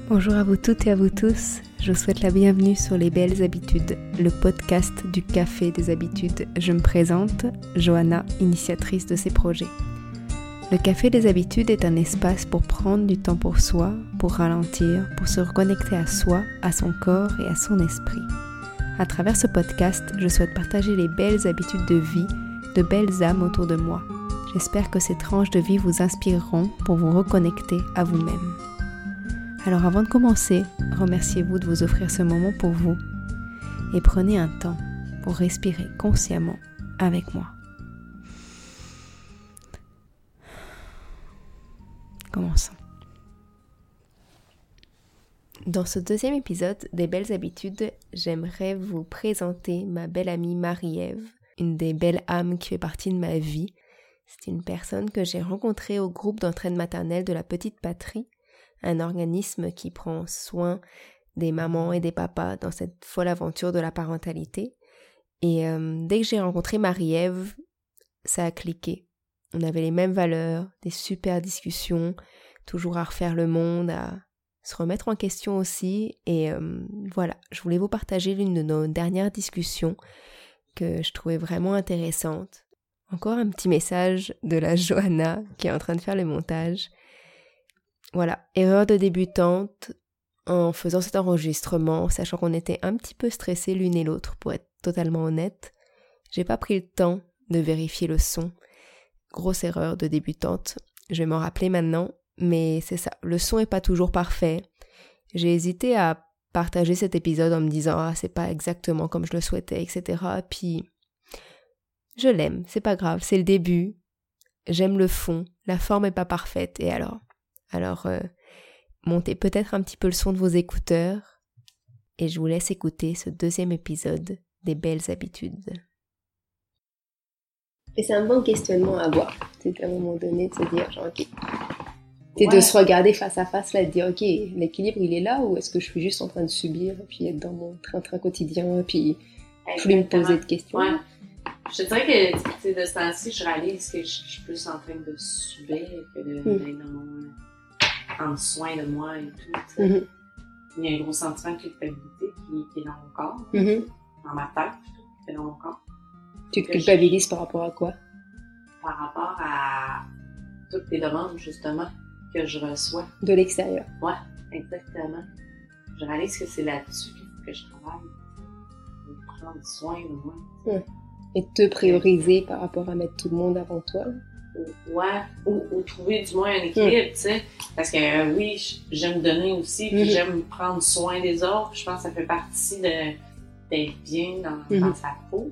Bonjour à vous toutes et à vous tous, je vous souhaite la bienvenue sur Les Belles Habitudes, le podcast du Café des Habitudes. Je me présente, Johanna, initiatrice de ces projets. Le Café des Habitudes est un espace pour prendre du temps pour soi, pour ralentir, pour se reconnecter à soi, à son corps et à son esprit. À travers ce podcast, je souhaite partager les belles habitudes de vie, de belles âmes autour de moi. J'espère que ces tranches de vie vous inspireront pour vous reconnecter à vous-même. Alors avant de commencer, remerciez-vous de vous offrir ce moment pour vous et prenez un temps pour respirer consciemment avec moi. Commençons. Dans ce deuxième épisode des Belles Habitudes, j'aimerais vous présenter ma belle amie Marie-Ève, une des belles âmes qui fait partie de ma vie. C'est une personne que j'ai rencontrée au groupe d'entraide maternelle de la Petite Patrie, un organisme qui prend soin des mamans et des papas dans cette folle aventure de la parentalité. Et dès que j'ai rencontré Marie-Ève, ça a cliqué. On avait les mêmes valeurs, des super discussions, toujours à refaire le monde, à se remettre en question aussi. Et voilà, je voulais vous partager l'une de nos dernières discussions que je trouvais vraiment intéressante. Encore un petit message de la Johanna qui est en train de faire le montage. Voilà, erreur de débutante en faisant cet enregistrement, sachant qu'on était un petit peu stressés l'une et l'autre, pour être totalement honnête. J'ai pas pris le temps de vérifier le son. Grosse erreur de débutante, je vais m'en rappeler maintenant, mais c'est ça, le son est pas toujours parfait. J'ai hésité à partager cet épisode en me disant « Ah, c'est pas exactement comme je le souhaitais, etc. » Puis, je l'aime, c'est pas grave, c'est le début. J'aime le fond, la forme est pas parfaite, et alors, montez peut-être un petit peu le son de vos écouteurs et je vous laisse écouter ce deuxième épisode des Belles Habitudes. Et c'est un bon questionnement à avoir, c'est à un moment donné de se dire genre ok, c'est de se regarder face à face là et de dire ok, l'équilibre il est là ou est-ce que je suis juste en train de subir et puis être dans mon train-train quotidien puis plus me poser de questions. Ouais. Je te dirais que de ce temps-ci, je réalise que je suis plus en train de subir que d'être prendre soin de moi et tout. Mm-hmm. Il y a un gros sentiment de culpabilité qui est dans mon corps, dans ma tête plutôt, qui est dans mon corps. Tu te culpabilises par rapport à quoi? Par rapport à toutes les demandes, justement, que je reçois. De l'extérieur. Ouais, exactement. Je réalise que c'est là-dessus qu'il faut que je travaille. Pour prendre soin de moi. Ouais. Et te prioriser par rapport à mettre tout le monde avant toi. Ouais, ou trouver du moins un équilibre, tu sais. Parce que oui, j'aime donner aussi, puis j'aime prendre soin des autres. Je pense que ça fait partie d'être bien dans sa peau.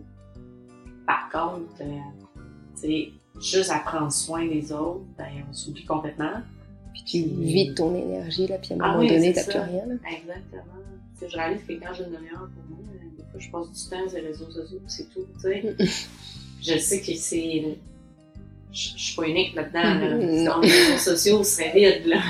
Par contre, tu sais, juste à prendre soin des autres, ben, on s'oublie complètement. Puis tu vides ton énergie, là, puis à un moment donné, t'as plus rien. Là. Exactement. Tu sais, je réalise que quand j'ai une demi-heure pour moi, des fois, je passe du temps sur les réseaux sociaux, c'est tout, tu sais. Je sais que c'est... Je suis pas unique là-dedans, sinon les réseaux sociaux seraient vides, là,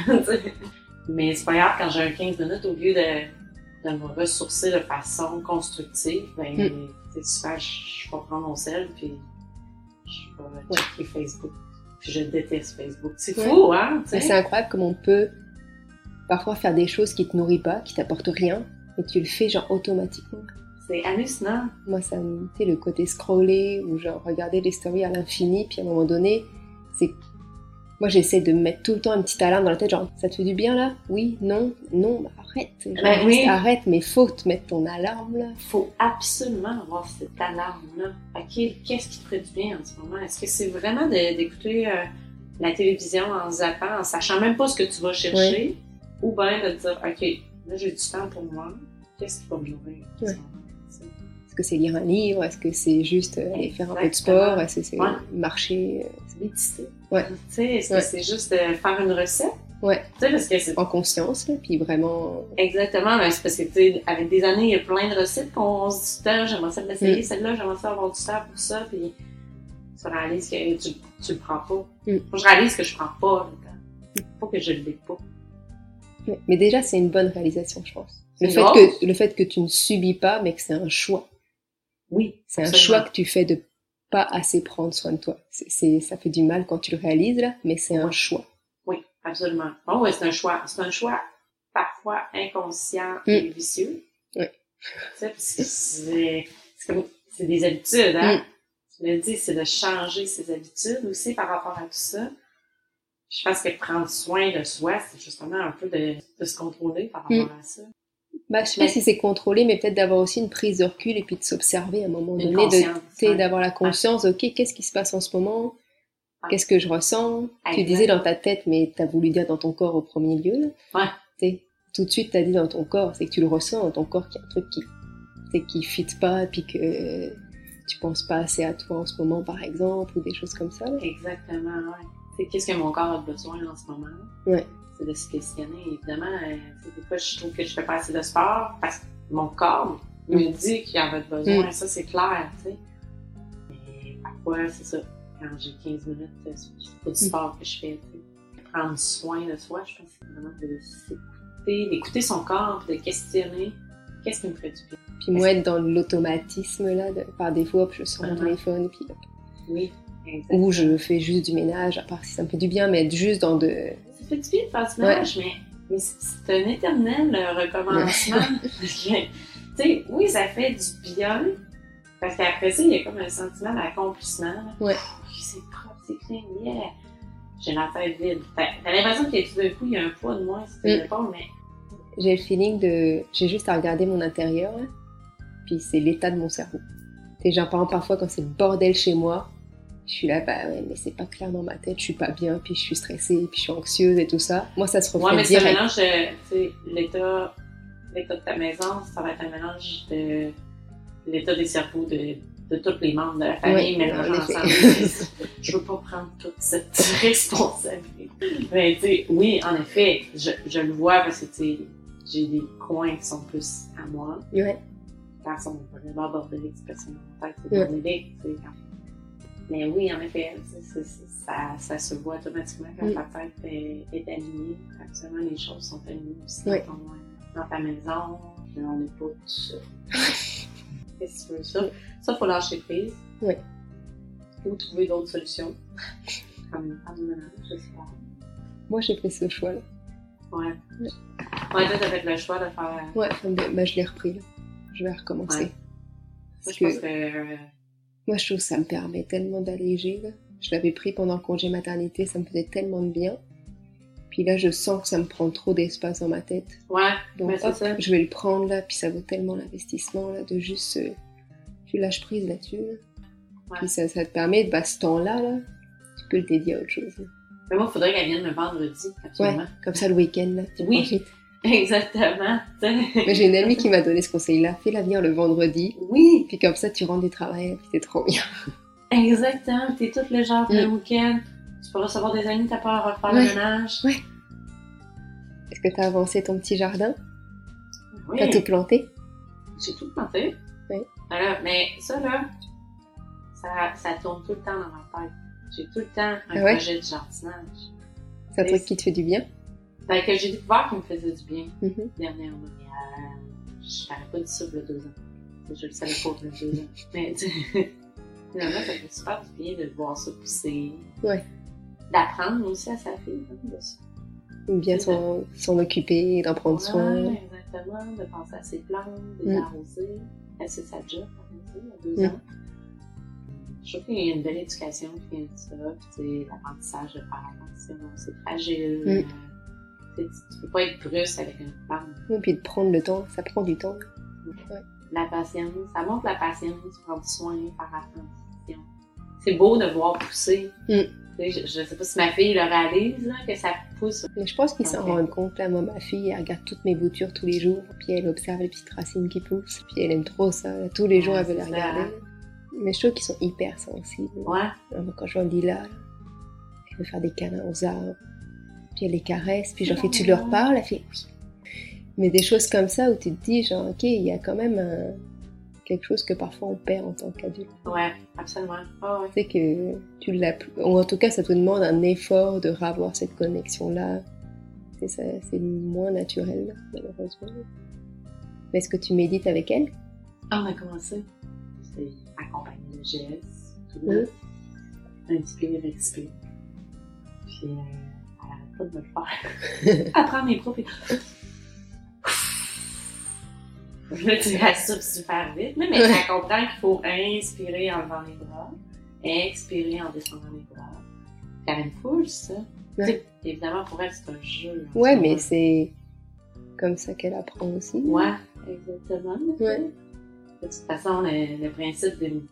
mais c'est pas grave, quand j'ai un 15 minutes, au lieu de me ressourcer de façon constructive, ben, c'est super, je vais prendre mon sel, puis je vais checker Facebook, puis je déteste Facebook. C'est fou, hein, tu sais. C'est incroyable comme on peut parfois faire des choses qui te nourrissent pas, qui t'apportent rien, et tu le fais genre automatiquement. C'est hallucinant. Moi, ça me fait le côté scroller ou genre regarder les stories à l'infini, puis à un moment donné, c'est... Moi, j'essaie de me mettre tout le temps une petite alarme dans la tête, genre, ça te fait du bien là? Oui? Non? Non? Bah, arrête! Genre, arrête, mais faut te mettre ton alarme là. Faut absolument avoir cette alarme-là. OK, qu'est-ce qui te ferait du bien en ce moment? Est-ce que c'est vraiment d'écouter la télévision en zappant, en sachant même pas ce que tu vas chercher? Ou bien de te dire, OK, là, j'ai du temps pour moi. Qu'est-ce qui va me nourrir en ce moment? Est-ce que c'est lire un livre? Est-ce que c'est juste aller faire un peu de sport? Est-ce que c'est marcher? C'est méditer. Ouais. Tu sais, est-ce que c'est juste faire une recette? Ouais. Tu sais, parce que c'est... En conscience, là, puis vraiment... Exactement, mais c'est parce que, tu sais, avec des années, il y a plein de recettes qu'on se dit, j'aimerais ça l'essayer, celle-là, j'aimerais ça avoir du temps pour ça, puis tu réalises que tu le prends pas. Moi, je réalise que je prends pas le temps. Pas que je le l'ai pas. Mais déjà, c'est une bonne réalisation, je pense. Le fait que tu ne subis pas, mais que c'est un choix. Oui. C'est un choix que tu fais de pas assez prendre soin de toi. Ça fait du mal quand tu le réalises, là, mais c'est un choix. Oui, absolument. Oh, ouais, c'est un choix. C'est un choix parfois inconscient et vicieux. Oui. Tu sais, parce que c'est des habitudes, hein? Tu l'as dit, c'est de changer ses habitudes aussi par rapport à tout ça. Je pense que prendre soin de soi, c'est justement un peu de se contrôler par rapport à ça. Bah, je sais pas si c'est contrôlé, mais peut-être d'avoir aussi une prise de recul et puis de s'observer à un moment donné, d'avoir la conscience, ok, qu'est-ce qui se passe en ce moment? Qu'est-ce que je ressens? Tu disais dans ta tête, mais t'as voulu dire dans ton corps au premier lieu. Là. Ouais. Tout de suite, t'as dit dans ton corps, c'est que tu le ressens dans ton corps qu'il y a un truc qui fit pas, puis que tu penses pas assez à toi en ce moment, par exemple, ou des choses comme ça. Là. Exactement, ouais. C'est qu'est-ce que mon corps a besoin en ce moment? Ouais. C'est de se questionner. Évidemment, des fois, je trouve que je fais pas assez de sport parce que mon corps me dit qu'il en a besoin. Ça, c'est clair, tu sais. Mais parfois, c'est ça. Quand j'ai 15 minutes, c'est pas du sport que je fais, tu sais. Prendre soin de soi, je pense que c'est vraiment de s'écouter, d'écouter son corps, de questionner qu'est-ce qui me ferait du bien. Puis moi, être dans l'automatisme, là, par défaut, je sors mon téléphone, puis... Oui, exactement. Ou je fais juste du ménage, à part si ça me fait du bien, mais être juste dans de... Ça fait du bien de faire du ménage, mais c'est un éternel recommencement. Tu sais, oui, ça fait du bien, parce qu'après ça, il y a comme un sentiment d'accomplissement. Ouais. C'est propre, c'est clean, yeah. J'ai la tête vide. T'as l'impression que tout d'un coup, il y a un poids de moins sur tes épaules, mais... J'ai le feeling de... J'ai juste à regarder mon intérieur, là, puis c'est l'état de mon cerveau. Tu sais, genre, par exemple, parfois, quand c'est le bordel chez moi, je suis là, bah ouais, mais c'est pas clair dans ma tête, je suis pas bien, puis je suis stressée, puis je suis anxieuse et tout ça. Moi, ça se reflète direct. Ouais, mais c'est un mélange, tu sais, l'état de ta maison, ça va être un mélange de l'état des cerveaux de tous les membres de la famille mélangés ensemble. Je veux pas prendre toute cette responsabilité. Mais tu sais, oui, en effet, je le vois parce que tu sais, j'ai des coins qui sont plus à moi. Ouais. Quand ils sont vraiment bordéliques, c'est personne dans ma tête, c'est bordélique, tu sais. Mais oui, en effet, ça se voit automatiquement quand ta tête est alignée. Actuellement, les choses sont alignées aussi dans ta maison. Mais on n'est pas tout seul. Qu'est-ce que tu veux ça? Ça, il faut lâcher prise. Oui. Ou trouver d'autres solutions. Comme le ménage, je sais pas. Moi, j'ai fait ce choix-là. Ouais. Ouais, toi, t'as fait le choix de faire... Ouais, bah, je l'ai repris, là. Je vais recommencer. Ouais. Moi, je pense que... Moi, je trouve que ça me permet tellement d'alléger, là. Je l'avais pris pendant le congé maternité, ça me faisait tellement de bien. Puis là, je sens que ça me prend trop d'espace dans ma tête. Ouais, donc c'est ça. Je vais le prendre là, puis ça vaut tellement l'investissement là, de juste... tu lâches prise là-dessus. Là. Ouais. Puis ça te permet, bah, ce temps-là, là, tu peux le dédier à autre chose. Là. Mais moi, il faudrait qu'elle vienne le vendredi, absolument. Ouais, comme ça le week-end, là, tu profites. Exactement. Mais j'ai une amie qui m'a donné ce conseil-là. Fais-la venir le vendredi. Oui. Puis comme ça, tu rentres du travail, puis c'est trop bien. Exactement. T'es toute le genre le week-end. Tu peux recevoir des amis, t'as pas à refaire le ménage. Ouais. Est-ce que t'as avancé ton petit jardin? Oui. T'as tout planté? J'ai tout planté. Oui. Voilà. Mais ça, là, ça tourne tout le temps dans ma tête. J'ai tout le temps un projet de jardinage. C'est un truc qui te fait du bien? Ben, que j'ai découvert qui me faisait du bien dernièrement. Je n'avais pas dit ça il y a 2 ans. Je le savais pas il y a 2 ans. Mais finalement, ça fait super du bien de voir ça pousser. Ouais. D'apprendre aussi à sa fille de ça. Bien s'en occuper, d'en prendre soin. Oui, exactement. De penser à ses plantes, de les arroser. C'est sa job, il y a 2 ans. Je trouve qu'il y a une belle éducation qui vient de ça. Puis, l'apprentissage de faire attention, c'est fragile. Tu peux pas être brusque avec une plante. Oui, puis de prendre le temps, ça prend du temps. Ouais. La patience, ça montre la patience, prendre soin, faire attention. C'est beau de voir pousser. Je sais pas si ma fille le réalise, là, que ça pousse. Mais je pense qu'ils s'en rendent compte. Là, moi, ma fille, elle regarde toutes mes boutures tous les jours, puis elle observe les petites racines qui poussent, puis elle aime trop ça. Là. Tous les jours, elle veut les regarder. Mais je trouve qu'ils sont hyper sensibles. Ouais. Quand je vois Lila, elle veut faire des câlins aux arbres. Puis elle les caresse, puis genre, tu leur parles, elle fait oui. Mais des choses comme ça où tu te dis, genre, ok, il y a quand même quelque chose que parfois on perd en tant qu'adulte. Ouais, absolument. Oh, ouais. Tu sais que tu l'as plus. Ou en tout cas, ça te demande un effort de revoir cette connexion-là. C'est moins naturel, malheureusement. Mais est-ce que tu médites avec elle? On a commencé. C'est accompagner le geste, tout le un petit peu, un petit peu. Puis, de me le faire. Apprendre mes propres. Là, tu rassures super vite, là, mais elle comprend qu'il faut inspirer en levant les bras, expirer en descendant les bras. Puis elle aime full, ça. Ouais. Évidemment, pour elle, c'est un jeu. Ouais, mais c'est comme ça qu'elle apprend aussi. Ouais, exactement. Ouais. De toute façon, le principe de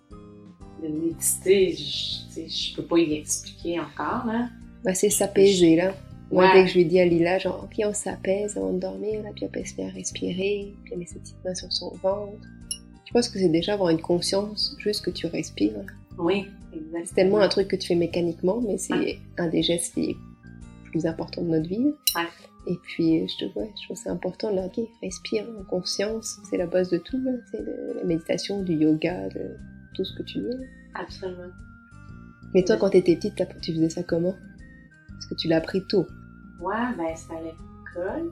méditer, je peux pas y expliquer encore, là. Bah, c'est s'apaiser, là. Moi, Ouais. dès que je lui dis à Lila, genre, ok, on s'apaise avant de dormir, là, puis elle se met à respirer, puis elle met ses petites mains sur son ventre. Je pense que c'est déjà avoir une conscience, juste que tu respires. Oui, exactement. C'est tellement un truc que tu fais mécaniquement, mais c'est un des gestes les plus importants de notre vie. Ouais. Et puis, je trouve que c'est important, là, ok, respire en conscience, c'est la base de tout, là. C'est de la méditation, du yoga, de tout ce que tu veux. Absolument. Mais toi, quand t'étais petite, tu faisais ça comment? Parce que tu l'as appris tôt. Ouais, ben, c'était à l'école.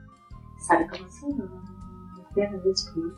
Ça avait commencé dans le dernier school.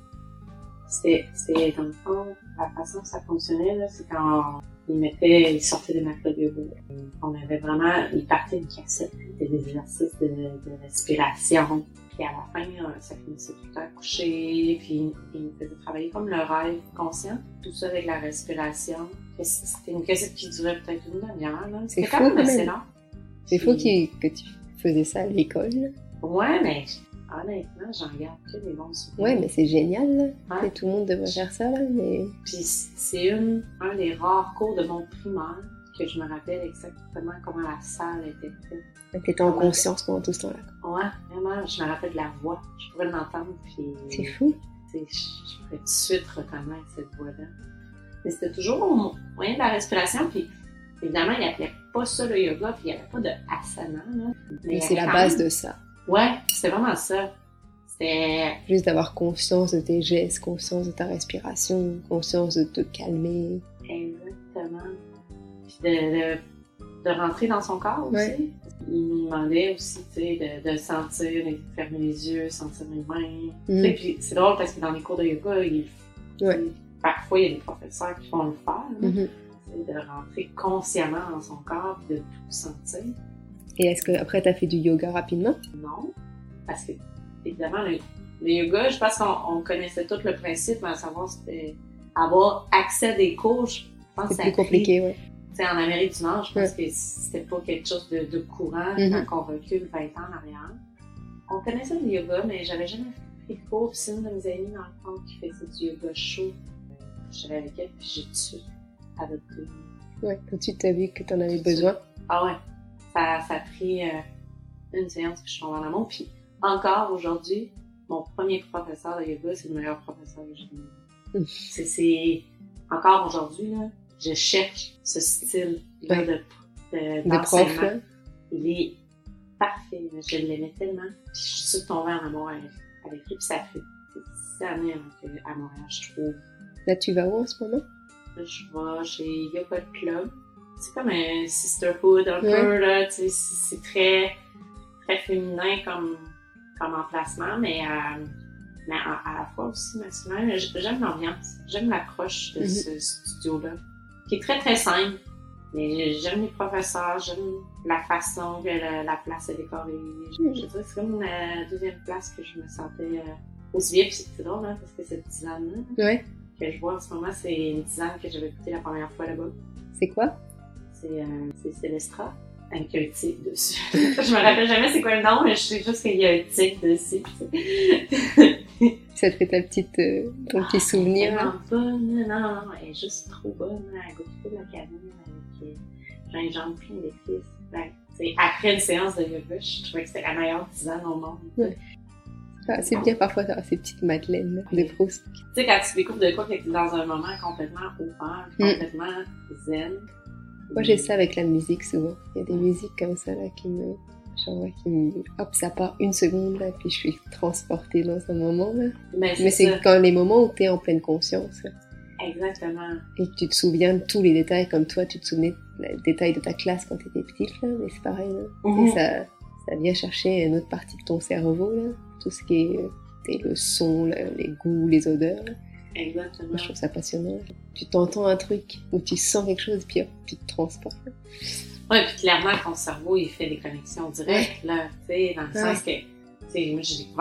C'était, dans le fond, la façon que ça fonctionnait, là, c'est quand ils sortaient des matchs de yoga. On avait vraiment, ils partaient une cassette, des exercices de respiration. Puis à la fin, ça finissait tout le temps couché, puis ils nous faisaient travailler comme le rêve conscient. Tout ça avec la respiration. Puis c'était une cassette qui durait peut-être une demi-heure, là. C'était quand même assez long. C'est fou que tu faisais ça à l'école, là. Ouais, mais honnêtement, j'en garde que des bons souvenirs. Ouais, mais c'est génial, là. Ouais. Tout le monde devrait faire ça, là, mais... Puis c'est un des rares cours de mon primaire que je me rappelle exactement comment la salle était faite. T'étais en conscience pendant tout ce temps-là. Ouais, vraiment, je me rappelle de la voix. Je pourrais l'entendre, puis... C'est fou. Je pourrais tout de suite reconnaître cette voix-là. Mais c'était toujours au moyen de la respiration, puis évidemment, il appelait pas ça le yoga, puis il n'y avait pas de asana, là. Mais c'est la base de ça. Ouais, c'était vraiment ça. C'était... Juste d'avoir conscience de tes gestes, conscience de ta respiration, conscience de te calmer. Exactement. Puis de rentrer dans son corps aussi. Ouais. Il nous demandait aussi, tu sais, de sentir, de fermer les yeux, sentir les mains. Tu sais, puis c'est drôle parce que dans les cours de yoga, parfois il y a des professeurs qui font le faire, là. De rentrer consciemment dans son corps, de tout sentir. Et est-ce que après t'as fait du yoga rapidement? Non, parce que évidemment le yoga, je pense qu'on connaissait tout le principe, mais à savoir c'était avoir accès à des cours, je pense que c'est plus compliqué, ouais. Tu sais, en Amérique du Nord, je pense que c'était pas quelque chose de courant quand on recule 20 ans en arrière. On connaissait le yoga, mais j'avais jamais pris de cours. Puis c'est une de mes amies dans le fond qui faisait du yoga chaud. J'allais avec elle, puis j'ai tout de suite adopté. Ouais, tout de suite t'as vu que t'en avais besoin. Ah ouais, ça a pris une séance, puis je suis tombée en amour. Puis encore aujourd'hui, mon premier professeur de yoga, c'est le meilleur professeur que j'ai eu. C'est encore aujourd'hui, là, je cherche ce style-là de prof, là. Il est parfait, je l'aimais tellement. Puis je suis sûre tombée en amour avec lui, puis ça fait 6 années à Montréal, je trouve. Là, tu vas où en ce moment? Là, je vais chez Yoga Club. C'est comme un sisterhood un peu, là, tu sais, c'est très, très féminin comme emplacement, mais à la fois aussi masculin. J'aime l'ambiance, j'aime l'approche de ce studio-là, qui est très très simple, mais j'aime les professeurs, j'aime la façon que la place est décorée. Je dirais que c'est comme la deuxième place que je me sentais aussi bien, puis c'est drôle, hein, parce que cette tisane-là que je vois en ce moment, c'est une tisane que j'avais goûtée la première fois là-bas. C'est quoi? C'est Célestra, avec un tigre dessus. Je me rappelle jamais c'est quoi le nom, mais je sais juste qu'il y a un tigre dessus. Ça te fait ton petit souvenir. Elle est vraiment bonne. Non, elle est juste trop bonne. Elle goûte de la camomille avec gingembre plein d'épices. Après une séance de yoga, je trouvais que c'était la meilleure tisane au monde. Ouais. C'est bien parfois d'avoir ces petites madeleines de Proust. Tu sais, quand tu découvres de quoi que tu es dans un moment complètement ouvert, complètement zen. Moi, j'ai ça avec la musique souvent. Il y a des musiques comme ça là hop, ça part une seconde là, puis je suis transportée dans un moment là. Mais c'est quand les moments où t'es en pleine conscience. Là. Exactement. Et tu te souviens de tous les détails, comme toi, tu te souvenais des détails de ta classe quand t'étais petite là, mais c'est pareil là. Et ça vient chercher une autre partie de ton cerveau là, tout ce qui est le son, là, les goûts, les odeurs. Là. Exactement. Moi, je trouve ça passionnant. Tu t'entends un truc ou tu sens quelque chose, puis hop, tu te transportes. Oui, puis clairement, ton cerveau, il fait des connexions directes, là, tu sais, dans le sens que, tu sais, moi, j'ai découvert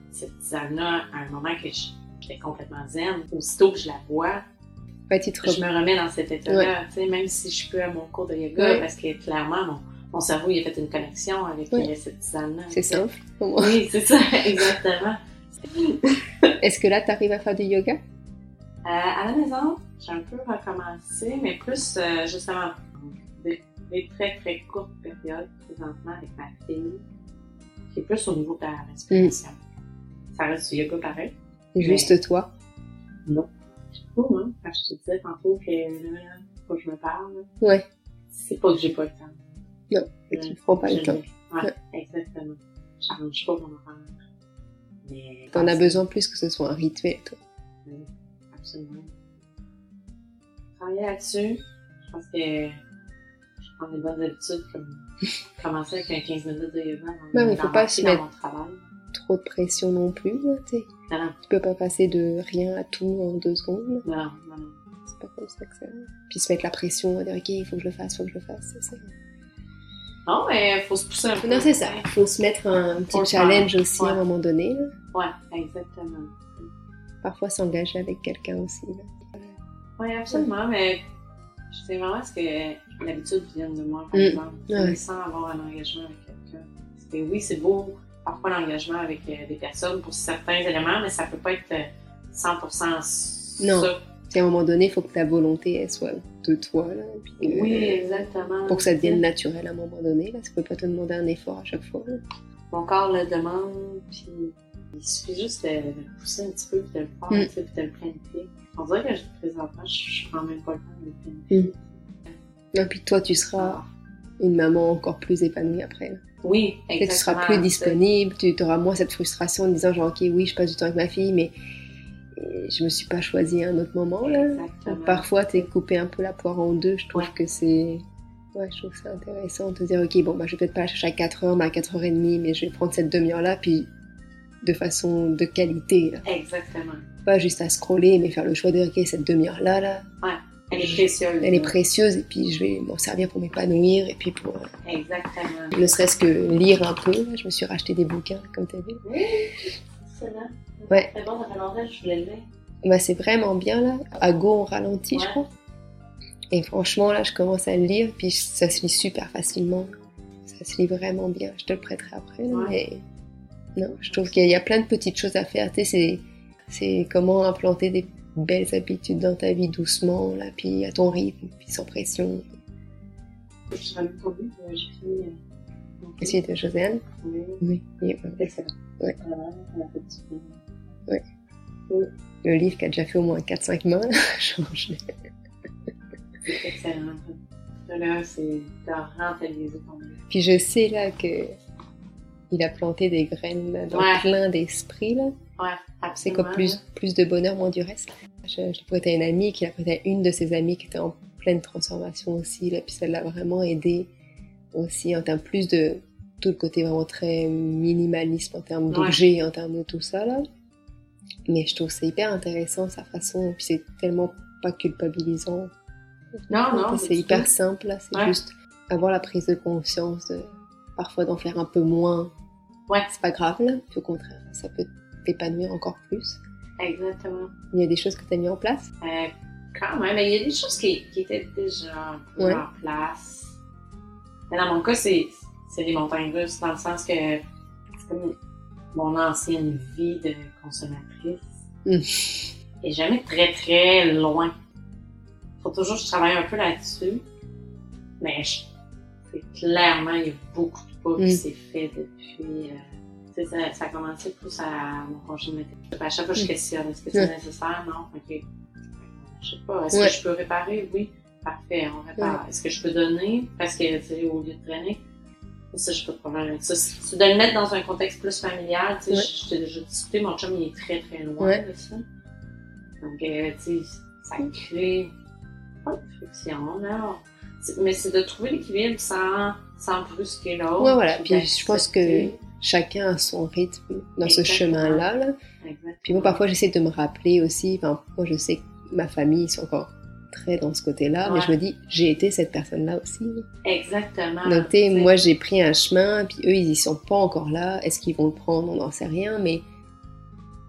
cette tisane-là à un moment que j'étais complètement zen. Aussitôt que je la vois, Ouais, je me remets dans cet état-là, tu sais, même si je suis plus à mon cours de yoga, parce que clairement, mon cerveau, il a fait une connexion avec cette tisane-là. C'est simple. Oui, c'est ça, exactement. Est-ce que là, tu arrives à faire du yoga? À la maison, j'ai un peu recommencé, mais plus, justement, des très, très courtes périodes, présentement, avec ma fille, qui est plus au niveau de la respiration. Ça reste du yoga pareil. C'est juste toi? Non. Quand je te disais tantôt que faut que je me parle, ouais. C'est pas que j'ai pas le temps. Non, tu ne prends pas le temps. Ouais, exactement. J'arrange pas mon horaire. T'en as besoin plus que ce soit un rituel, toi. Oui, absolument. Travailler là-dessus, je pense que je prends des bonnes habitudes comme commencer avec un 15 minutes de yoga mais faut pas se mettre mon travail. Trop de pression non plus, tu sais. Non. Tu peux pas passer de rien à tout en 2 secondes. Non. C'est pas comme ça que ça... Puis se mettre la pression, à dire ok, il faut que je le fasse, c'est... Non, mais faut se pousser un peu. Non, c'est ça. Il faut se mettre un petit challenge aussi à un moment donné. Là. Ouais, exactement. Parfois s'engager avec quelqu'un aussi. Là. Oui, absolument, mais je sais vraiment ce que l'habitude vient de moi, par exemple. Sans avoir un engagement avec quelqu'un. Parce que oui, c'est beau, parfois l'engagement avec des personnes pour certains éléments, mais ça peut pas être 100% non. ça. À un moment donné, il faut que ta volonté elle soit de toi. Là, puis, oui, exactement. Pour que ça devienne naturel à un moment donné. Là, ça peut pas te demander un effort à chaque fois. Là. Mon corps le demande, puis il suffit juste de le pousser un petit peu, puis de le faire, puis de le planifier. On dirait que présentement, je prends même pas le temps de le planifier. Et puis toi, tu seras une maman encore plus épanouie après. Là. Oui, exactement. Et tu seras plus disponible, tu auras moins cette frustration en disant genre ok, oui, je passe du temps avec ma fille, mais je me suis pas choisi à un autre moment là. Donc, parfois t'es coupé un peu la poire en deux. Je trouve que c'est je trouve que c'est intéressant de te dire ok, bon bah je vais peut-être pas la chercher à 4h mais à 4h30, mais je vais prendre cette demi-heure là puis de façon de qualité là. Exactement. Pas juste à scroller mais faire le choix de ok, cette demi-heure là elle est précieuse. Elle est précieuse et puis je vais m'en servir pour m'épanouir et puis pour exactement. Ne serait-ce que lire un peu là. Je me suis racheté des bouquins comme t'as vu. Oui, c'est là. Ouais. C'est bon, ça fait longtemps que je voulais le lire. Bah, c'est vraiment bien là. À Go, on ralentit, je crois. Et franchement, là, je commence à le lire, puis ça se lit super facilement. Ça se lit vraiment bien. Je te le prêterai après, là, mais non, je trouve qu'il y a plein de petites choses à faire. Tu sais, c'est comment implanter des belles habitudes dans ta vie doucement, là, puis à ton rythme, puis sans pression. Je suis allée pour lui, j'ai fini. Celui de Josiane? Oui. Excellent. Ouais. On a fait du bien. Ouais. Le livre qui a déjà fait au moins 4-5 mains, change. C'est excellent. Là, c'est de rentabiliser ton livre. Puis je sais là que il a planté des graines là, dans plein d'esprits là. Ouais, absolument. C'est comme plus de bonheur, moins du reste. Je l'ai prêté à une amie, qui l'a prêté à une de ses amies qui était en pleine transformation aussi là, puis ça l'a vraiment aidé aussi en termes plus de tout le côté vraiment très minimaliste en termes d'objets, en termes de tout ça là. Mais je trouve que c'est hyper intéressant sa façon, puis c'est tellement pas culpabilisant. Non, c'est hyper simple là, c'est juste avoir la prise de conscience de parfois d'en faire un peu moins. C'est pas grave là, puis au contraire, ça peut t'épanouir encore plus. Exactement. Il y a des choses que tu as mis en place? Quand même, mais il y a des choses qui étaient déjà un peu en place. Mais dans mon cas, c'est les montagnes russes, dans le sens que c'est comme mon ancienne vie de consommatrice est jamais très très loin. Faut toujours que je travaille un peu là-dessus, mais clairement il y a beaucoup de pas qui s'est fait depuis. Ça a commencé plus à mon congé de maternité. À chaque fois je questionne, est-ce que c'est nécessaire? Non, ok. Je sais pas, est-ce que je peux réparer? Oui, parfait, on répare. Est-ce que je peux donner? Parce que c'est au lieu de traîner. Ça, j'ai pas de problème avec ça. Si de le mettre dans un contexte plus familial, tu sais, je t'ai déjà discuté, mon chum, il est très, très loin de ça. Donc, tu sais, ça crée pas de friction, là. Mais c'est de trouver l'équilibre sans brusquer l'autre. Ouais, voilà. Puis je pense que chacun a son rythme dans ce chemin-là, là. Puis moi, parfois, j'essaie de me rappeler aussi, enfin, moi, je sais que ma famille, ils sont encore très dans ce côté-là, mais je me dis, j'ai été cette personne-là aussi. Exactement. Donc, tu sais, moi, j'ai pris un chemin, puis eux, ils y sont pas encore là. Est-ce qu'ils vont le prendre? On n'en sait rien, mais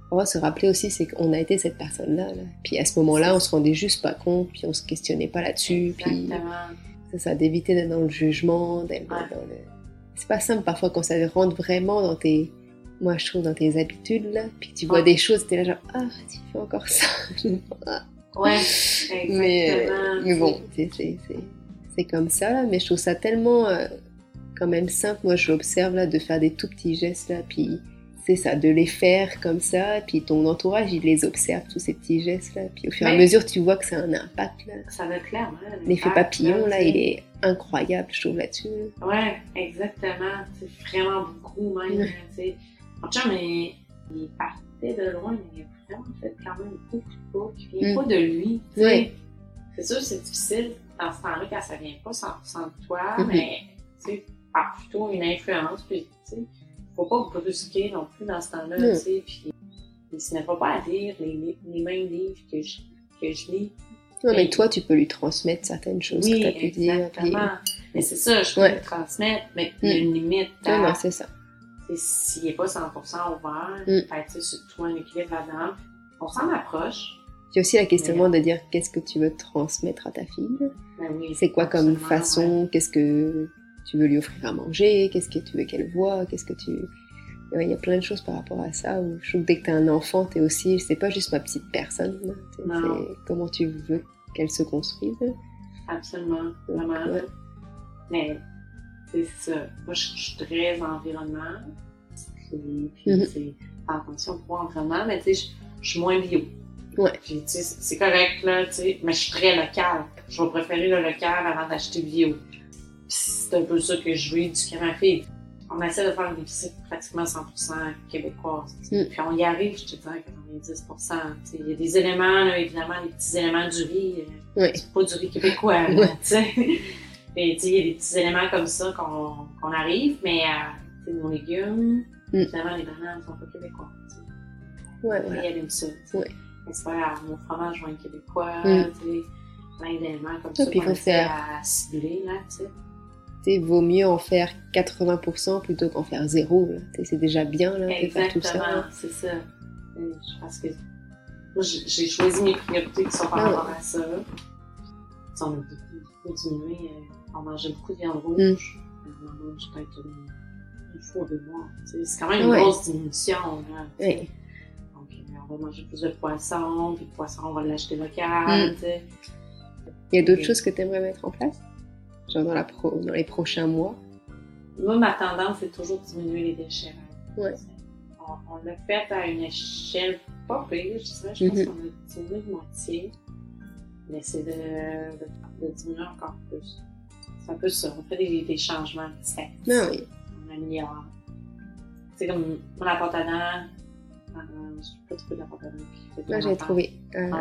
On va se rappeler aussi, c'est qu'on a été cette personne-là. Là. Puis à ce moment-là, on se rendait juste pas compte, puis on se questionnait pas là-dessus. Puis c'est ça, d'éviter d'être dans le jugement, d'être dans le... C'est pas simple parfois quand ça rentre vraiment dans tes... Moi, je trouve dans tes habitudes, là, puis tu vois des choses, t'es là genre, ah, tu fais encore ça. Ouais, exactement. Mais bon, c'est comme ça, là, mais je trouve ça tellement quand même simple. Moi, je l'observe, là, de faire des tout petits gestes, là, puis c'est ça, de les faire comme ça, puis ton entourage, il les observe, tous ces petits gestes-là, puis au fur et à mesure, tu vois que ça a un impact, là. Ça va clairement. L'effet papillon, là, il est incroyable, je trouve, là-dessus. Ouais, exactement. C'est vraiment beaucoup, même, tu sais. Mon chum, il partait de loin, mais il a vraiment fait quand même beaucoup de pas qui vient pas de lui, tu sais. C'est sûr, c'est difficile dans ce temps-là quand ça vient pas 100% de toi, mais, tu sais, par plutôt une influence, puis, tu sais, faut pas brusquer non plus dans ce temps-là, tu sais, puis il se mettra pas à lire les mêmes livres que je lis. Non, mais toi, tu peux lui transmettre certaines choses que tu as pu dire. Exactement. Mais c'est ça, je peux lui transmettre, mais il y a une limite. Non, c'est ça. S'il n'est pas 100% ouvert, peut-être c'est tout un équilibre là-dedans. On s'en approche. Il y a aussi la questionnement de dire qu'est-ce que tu veux transmettre à ta fille. Ben oui, c'est quoi comme façon, qu'est-ce que tu veux lui offrir à manger, qu'est-ce que tu veux qu'elle voie, qu'est-ce que tu... Il y a plein de choses par rapport à ça, où je trouve que dès que t'es un enfant, t'es aussi, c'est pas juste ma petite personne, là. C'est comment tu veux qu'elle se construise. Absolument, vraiment. Ouais. Mais c'est ça, moi je suis très environnement, puis c'est attention pour environnement, mais tu sais, je suis moins bio. Ouais. Puis tu sais, c'est correct là, tu sais, mais je suis très locale. Je vais préférer le local avant d'acheter bio. Puis c'est un peu ça que je veux éduquer ma fille. On essaie de faire une épicerie pratiquement 100% québécoise. Puis on y arrive, je te dis, à 90%. Il y a des éléments, là, évidemment, les petits éléments du riz. C'est pas du riz québécois, tu sais. Et il y a des petits éléments comme ça qu'on arrive, mais nos légumes, évidemment, les bananes sont pas québécois. Ouais, voilà. Il y a ça. Mais c'est pas grave, mon fromage va être québécois, plein d'éléments comme ça qu'on essaie à cibler, là, tu sais. Il vaut mieux en faire 80% plutôt qu'en faire 0. Là. C'est déjà bien là, de faire tout ça. Exactement, c'est ça. Je pense que moi, j'ai choisi mes priorités qui sont par rapport à ça. On a beaucoup diminué. On mangeait beaucoup de viande rouge. On en mange peut-être une fois 2 mois. C'est quand même une grosse diminution. Là, donc, on va manger plus de poisson. Puis le poisson, on va l'acheter local. Il y a d'autres choses que tu aimerais mettre en place? Genre dans les prochains mois? Moi, ma tendance, c'est toujours de diminuer les déchets. Ouais. On l'a fait à une échelle pas pire, je pense qu'on a diminué de moitié. Mais c'est de diminuer encore plus. C'est un peu ça. On fait des changements petit à petit. Ah oui. On améliore. Tu sais, comme la pâte à dents. Je sais pas trop de la pâte à dents. Là, j'ai trouvé.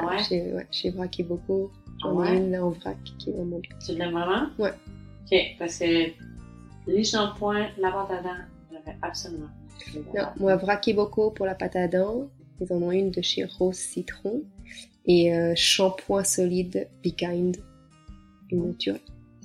Chez Vrac et beaucoup. J'en ai une là en vrac qui est vraiment bien. Tu l'aimes vraiment? Ouais. Ok, parce que les shampoings, la pâte à dents, j'avais absolument. Non, moi, Vrac et beaucoup pour la pâte à dents. Ils en ont une de chez Rose Citron. Et shampoing solide Be Kind. Une naturelle.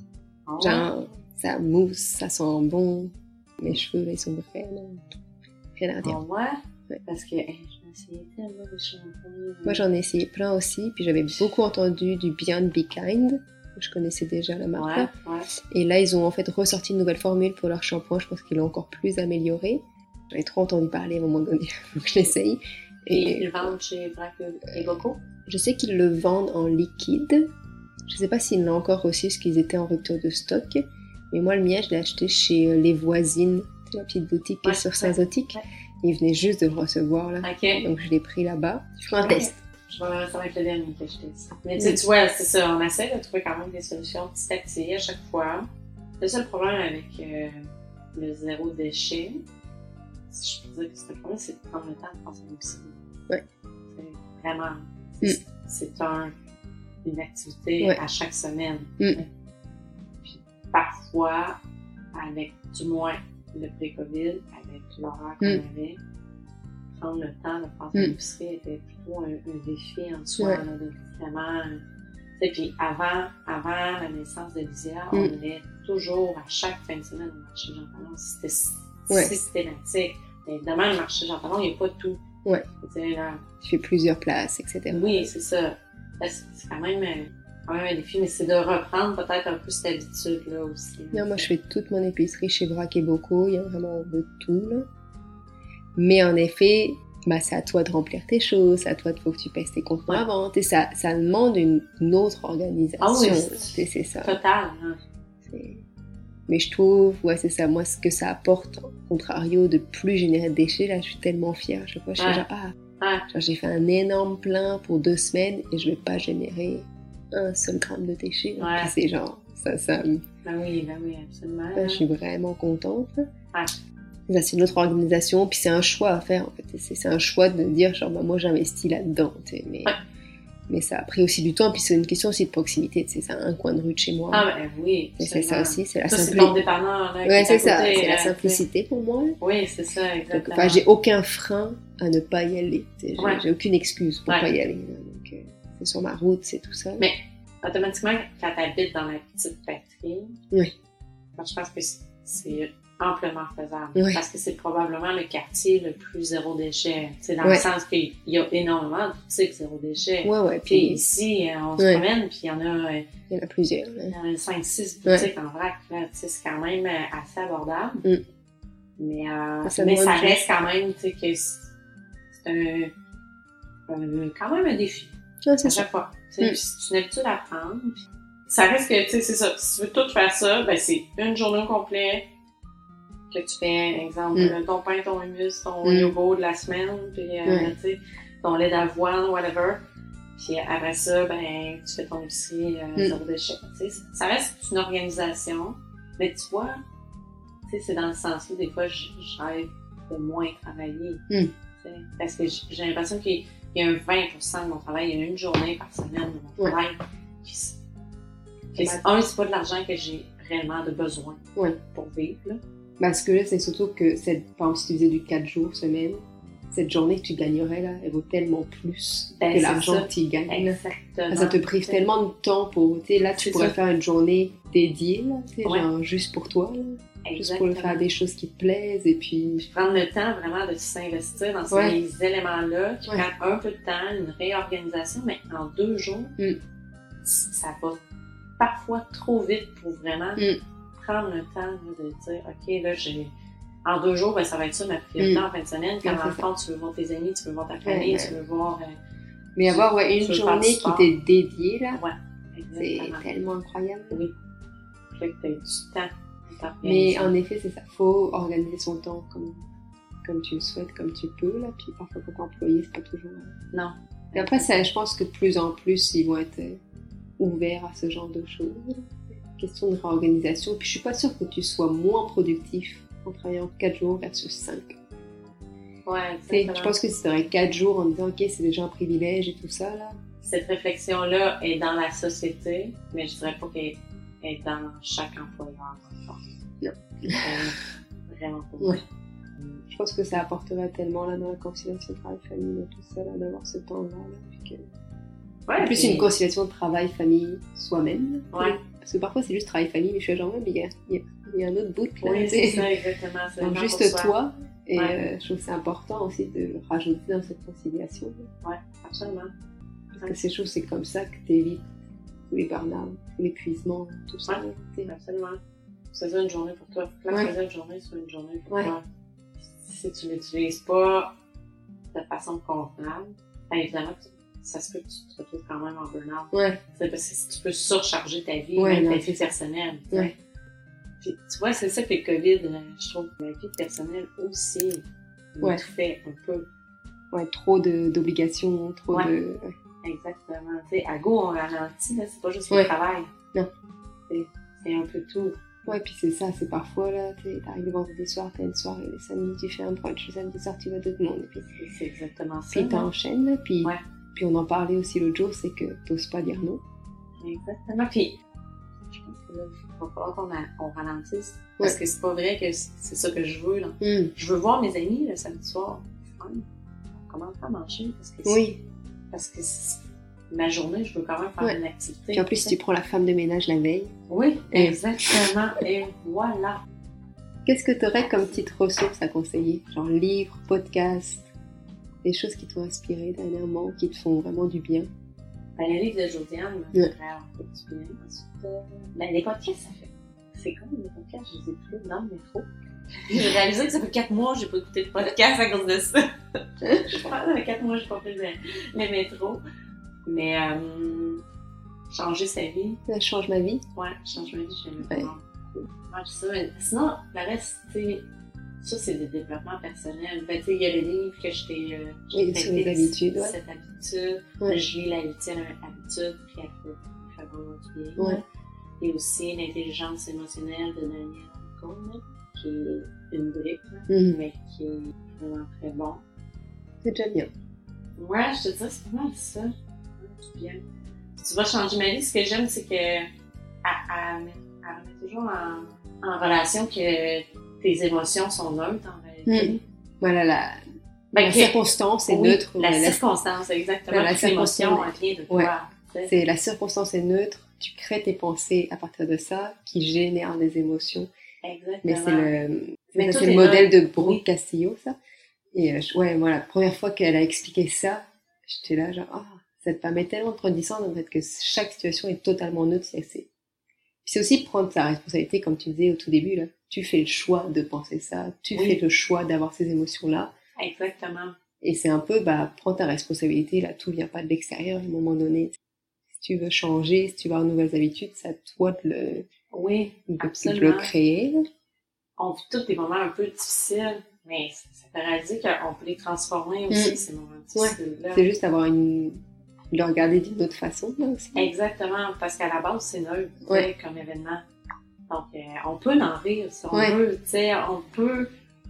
Genre, ça mousse, ça sent bon. Mes cheveux, là, ils sont vraiment... Rien à dire. Ouais. Parce que je m'ai essayé tellement de shampoings. Moi, j'en ai essayé plein aussi. Puis j'avais beaucoup entendu du bien de Be Kind. Je connaissais déjà la marque. Ouais. Et là, ils ont en fait ressorti une nouvelle formule pour leur shampoing. Je pense qu'ils l'ont encore plus amélioré. J'avais trop entendu parler à un moment donné. Faut que je l'essaye. Et ils le vendent chez Vrac et Bocaux? Je sais qu'ils le vendent en liquide. Je sais pas s'ils l'ont encore reçu parce qu'ils étaient en rupture de stock. Mais moi, le mien, je l'ai acheté chez Les Voisines. C'est la petite boutique qui est sur Saint-Zotique. Ils venaient juste de le recevoir là. Donc je l'ai pris là-bas. Je ferai un test. Ça va être le dernier que je teste. Mais tu vois, c'est ça. On essaie de trouver quand même des solutions petit à petit à chaque fois. Le seul problème avec le zéro déchet, si je peux dire que c'est un problème, c'est de prendre le temps de penser à l'épicerie. Ouais. C'est vraiment. C'est une activité à chaque semaine. Puis parfois, avec du moins le pré-COVID, avec l'horaire qu'on avait, prendre le temps de penser à l'épicerie était plutôt un défi en soi, là, de vraiment... Tu sais, puis avant la naissance de Lysia, on allait toujours, à chaque fin de semaine, au marché Jean Talon. C'était systématique. Mais évidemment, le marché Jean Talon, il n'y a pas tout. Ouais. Là, tu fais plusieurs places, etc. Oui, c'est ça. Là, c'est quand même un défi, mais c'est de reprendre peut-être un peu cette habitude-là aussi. Non, moi, je fais toute mon épicerie chez Braque et Bocaux. Il y a vraiment de tout, là. Mais en effet, c'est à toi de remplir tes choses, c'est à toi, faut que tu pèses tes contenants avant. Ça demande une autre organisation. Ah oui, c'est ça. Total. Hein. Mais je trouve, c'est ça. Moi, ce que ça apporte, au contrario, de plus générer de déchets, là, je suis tellement fière. À chaque fois, je suis genre, j'ai fait un énorme plein pour 2 semaines et je vais pas générer un seul gramme de déchets. Ouais. Puis c'est genre, ça. Ben oui, absolument. Je suis vraiment contente. Ouais. Ça, c'est une autre organisation, puis c'est un choix à faire, en fait. C'est un choix de dire, genre, moi, j'investis là-dedans, mais ça a pris aussi du temps, puis c'est une question aussi de proximité, c'est un coin de rue de chez moi. Ah, ben oui. Et c'est ça aussi, c'est la simplicité. C'est ton dépanneur, là. Ouais, c'est ça, c'est la simplicité pour moi. Oui, c'est ça, exactement. Donc, j'ai aucun frein à ne pas y aller. J'ai aucune excuse pour pas y aller. Donc, c'est sur ma route, c'est tout ça. Mais, automatiquement, quand t'habites dans la petite patrie, je pense que c'est amplement faisable. Parce que c'est probablement le quartier le plus zéro déchet. C'est dans le sens qu'il y a énormément de boutiques zéro déchet. Puis ici, on se promène, puis il y en a plusieurs. Il y en a 5-6 boutiques en vrac. C'est quand même assez abordable. Mais ça reste quand même, que c'est quand même un défi. À chaque fois. C'est une habitude à prendre. Ça reste que, c'est ça. Si tu veux tout faire ça, c'est une journée au complet que tu fais, exemple, ton pain, ton hummus, ton yogourt de la semaine, puis ton lait d'avoine, whatever. Puis après ça, tu fais ton épicerie zéro déchet. Ça reste une organisation, mais tu vois, c'est dans le sens où des fois, je rêve de moins travailler. Parce que j'ai l'impression qu'il y a un 20% de mon travail, il y a une journée par semaine de mon travail. C'est pas de l'argent que j'ai réellement de besoin pour vivre, là. Parce que là, c'est surtout que, par exemple, si tu faisais du 4 jours semaine, cette journée que tu gagnerais, là, elle vaut tellement plus que l'argent que tu y gagnes. Exactement. Ça te prive tellement de temps pour, là, tu pourrais faire une journée dédiée, là, genre juste pour toi, là. Juste pour faire des choses qui te plaisent, et puis prendre le temps vraiment de s'investir dans ces éléments-là, qui prennent un peu de temps, une réorganisation, mais en 2 jours, ça va parfois trop vite pour vraiment prendre le temps là, de dire, OK, là, en 2 jours, ça va être ça ma priorité en fin de semaine. Quand dans le fond, tu veux voir tes amis, tu veux voir ta famille, tu veux voir... mais avoir une journée qui t'est dédiée, là, c'est tellement incroyable. Oui. Fait que t'as eu du temps. Mais en effet, c'est ça. Faut organiser son temps comme tu le souhaites, comme tu peux, là. Puis parfois, quand t'es employé, c'est pas toujours... Non. Et après, je pense que de plus en plus, ils vont être ouverts à ce genre de choses. Question de réorganisation. Puis je suis pas sûre que tu sois moins productif en travaillant 4 jours versus 5. Je pense que si tu aurais 4 jours en disant, OK, c'est déjà un privilège et tout ça, là. Cette réflexion-là est dans la société, mais je dirais pas qu'elle est dans chaque employeur. Non. Vraiment pas. Je pense que ça apporterait tellement là dans la conciliation travail-famille et tout ça, là, d'avoir ce temps-là. Puis en plus, une conciliation de travail-famille soi-même. Parce que parfois, c'est juste travail-famille, mais je suis genre, mais il y a un autre bout. Là, c'est ça, exactement. Donc, juste toi. Et je trouve que c'est important aussi de le rajouter dans cette conciliation. Oui, absolument. Parce que ces choses, c'est comme ça que tu évites tous les burn-out, l'épuisement, tout ça. Absolument. C'est ça une journée pour toi. Quand tu faisais une journée, c'est une journée pour toi. Si tu l'utilises pas de façon convenable, évidemment, ça se peut que tu te retrouves quand même en burn-out. C'est parce que si tu peux surcharger ta vie, même ta vie personnelle. Puis, tu vois, c'est ça que le COVID, je trouve, la vie personnelle aussi, tout fait un peu. Trop d'obligations, trop de... Exactement. Tu sais, à go, on ralentit, là, c'est pas juste le travail. Non. C'est un peu tout. Puis c'est ça, c'est parfois, là, t'arrives le vendredi soir, t'as une soirée, le samedi, tu fais un brunch, le samedi soir, tu vois d'autres monde. Et puis, c'est exactement ça. Puis t'enchaînes, là, puis on en parlait aussi l'autre jour, c'est que t'oses pas dire non. Exactement. Puis, je pense que là, il va falloir qu'on ralentisse. Parce que c'est pas vrai que c'est ça que je veux, là. Je veux voir mes amis le samedi soir. Comment faire manger? Parce que ma journée, je veux quand même faire une activité. Puis en plus, si tu prends la femme de ménage la veille. Oui, exactement. Et voilà. Qu'est-ce que tu aurais comme petite ressource à conseiller? Genre livre, podcast? des choses qui t'ont inspiré dernièrement, qui te font vraiment du bien? Ben, le livre de Josiane m'a fait vraiment du bien. Ensuite, les podcasts, ça fait... C'est comme les podcasts, je les écoutais dans le métro. J'ai réalisé que ça fait 4 mois que j'ai pas écouté de podcast à cause de ça. Je pense que ça fait 4 mois que j'ai pas fait le métro. Mais changer sa vie. Ça change ma vie? Ouais, change ma vie, j'aime vraiment beaucoup. Ouais, ça. Sinon, le reste, tu sais, ça c'est des développements personnels. Ben, tu sais, il y a le livre que je t'ai sur les habitudes, ouais. Cette habitude. Ouais. Je lis la 8e habitude, puis elle fait vraiment du bien. Ouais. Et aussi l'intelligence émotionnelle de Daniel Goleman, qui est une brique, mais qui est vraiment très bon. C'est déjà bien. Ouais, je te dis, c'est pas mal ça. C'est bien. Tu vas changer ma vie. Ce que j'aime, c'est que elle met toujours en relation que tes émotions sont neutres en réalité. Voilà, la circonstance est neutre. La circonstance, exactement. La l'émotion vient de toi. C'est la circonstance est neutre. Tu crées tes pensées à partir de ça, qui génèrent des émotions. Exactement. Mais c'est le modèle de Brooke Castillo, ça. Et moi, la première fois qu'elle a expliqué ça, j'étais là, genre, ça te permet tellement de prendre distance, en fait, que chaque situation est totalement neutre. Puis c'est aussi prendre sa responsabilité, comme tu disais au tout début, là. Tu fais le choix de penser ça, tu fais le choix d'avoir ces émotions-là. Exactement. Et c'est un peu, prends ta responsabilité, là, tout vient pas de l'extérieur, à un moment donné. Si tu veux changer, si tu veux avoir de nouvelles habitudes, c'est à toi de le créer. On vit tous des moments un peu difficiles, mais ça peut réaliser qu'on peut les transformer aussi, ces moments difficiles-là. C'est juste le regarder d'une autre façon, là, aussi. Exactement, parce qu'à la base, c'est neutre, comme événement. Donc, on peut en rire si on veut, tu sais, on peut,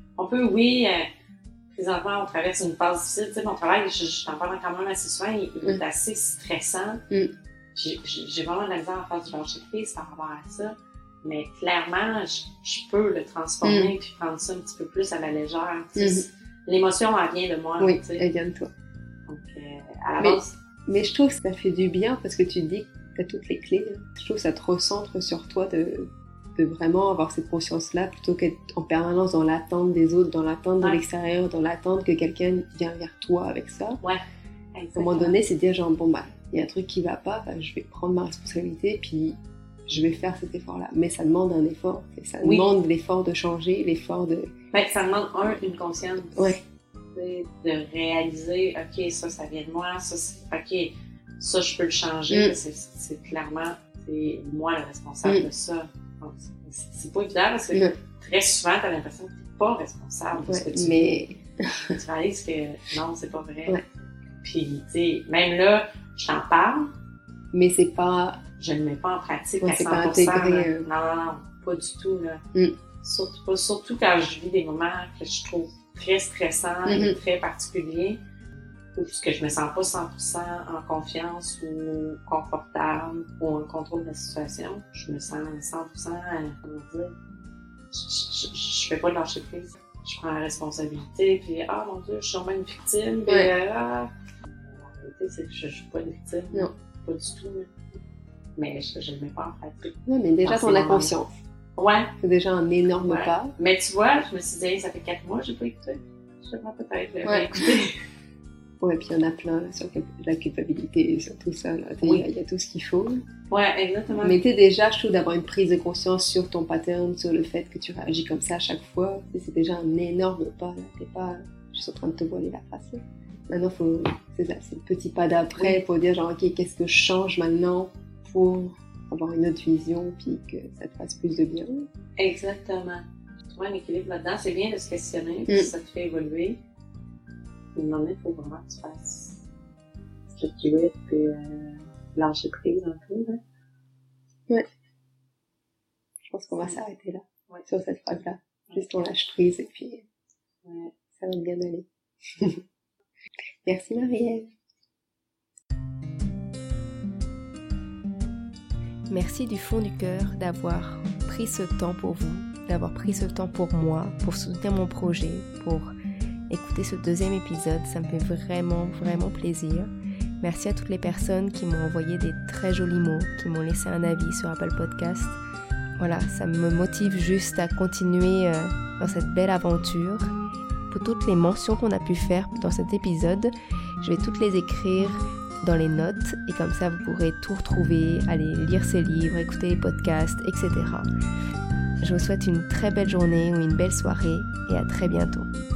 présentement, on traverse une phase difficile, tu sais, mon travail, je t'en parle quand même assez souvent, il est assez stressant. J'ai vraiment de la misère à faire du lâcher prise par rapport à ça, mais clairement, je peux le transformer puis prendre ça un petit peu plus à la légère. L'émotion, elle vient de moi. Oui, tu sais. elle vient de toi. Donc, à la base... Mais je trouve que ça fait du bien parce que tu te dis que tu as toutes les clés. Je trouve que ça te recentre sur toi de vraiment avoir cette conscience-là plutôt qu'être en permanence dans l'attente des autres, dans l'attente de l'extérieur, dans l'attente que quelqu'un vienne vers toi avec ça. Ouais. À un moment donné, c'est dire genre, il y a un truc qui va pas, je vais prendre ma responsabilité puis je vais faire cet effort-là. Mais ça demande un effort. Ça demande l'effort de changer, l'effort de... ça demande une conscience. Ouais. De réaliser, OK, ça vient de moi, OK, ça, je peux le changer. C'est clairement, c'est moi le responsable de ça. Donc, c'est pas évident parce que très souvent, t'as l'impression que t'es pas responsable de ce que tu fais. Tu réalises que non, c'est pas vrai. Ouais. Puis, tu sais, même là, je t'en parle. Mais c'est pas... Je ne le mets pas en pratique à 100%. C'est pas intégré. Non, pas du tout, là. Surtout quand je vis des moments que je trouve très stressants et très particuliers, ou que je me sens pas 100% en confiance ou confortable ou en contrôle de la situation. Je me sens 100%, comment dire, je fais pas de lâcher prise. Je prends la responsabilité, puis mon Dieu, je suis sûrement une victime, puis en réalité, c'est que je suis pas une victime. Non. Pas du tout. Mais je le mets pas en pratique. Ouais, mais déjà, t'en as conscience. Ouais. C'est déjà un énorme pas. Mais tu vois, je me suis dit, ça fait 4 mois que j'ai pas écouté. Je devrais peut-être le réécouter. Ouais, puis il y en a plein là, sur la culpabilité, sur tout ça. Il y a tout ce qu'il faut. Ouais, exactement. Mais déjà, je trouve d'avoir une prise de conscience sur ton pattern, sur le fait que tu réagis comme ça à chaque fois. C'est déjà un énorme pas. Là. T'es pas juste en train de te voiler la face. Là. Maintenant, c'est le petit pas d'après pour dire genre, OK, qu'est-ce que je change maintenant pour avoir une autre vision puis que ça te fasse plus de bien. Exactement. Trouver un équilibre là-dedans, c'est bien de se questionner, puis ça te fait évoluer. À un moment donné, il faut vraiment que tu fasses ce que tu es, puis lâcher prise un peu. Là. Ouais. Je pense qu'on va s'arrêter là, sur cette phrase-là. Juste on lâche prise et puis ça va bien aller. Merci Marie-Ève. Merci du fond du cœur d'avoir pris ce temps pour vous, d'avoir pris ce temps pour moi, pour soutenir mon projet, pour écouter ce 2e épisode. Ça me fait vraiment, vraiment plaisir. Merci à toutes les personnes qui m'ont envoyé des très jolis mots, qui m'ont laissé un avis sur Apple Podcast. Voilà, ça me motive juste à continuer dans cette belle aventure. pour toutes les mentions qu'on a pu faire dans cet épisode. Je vais toutes les écrire dans les notes et comme ça vous pourrez tout retrouver, aller lire ces livres, écouter les podcasts, etc. Je vous souhaite une très belle journée ou une belle soirée et à très bientôt.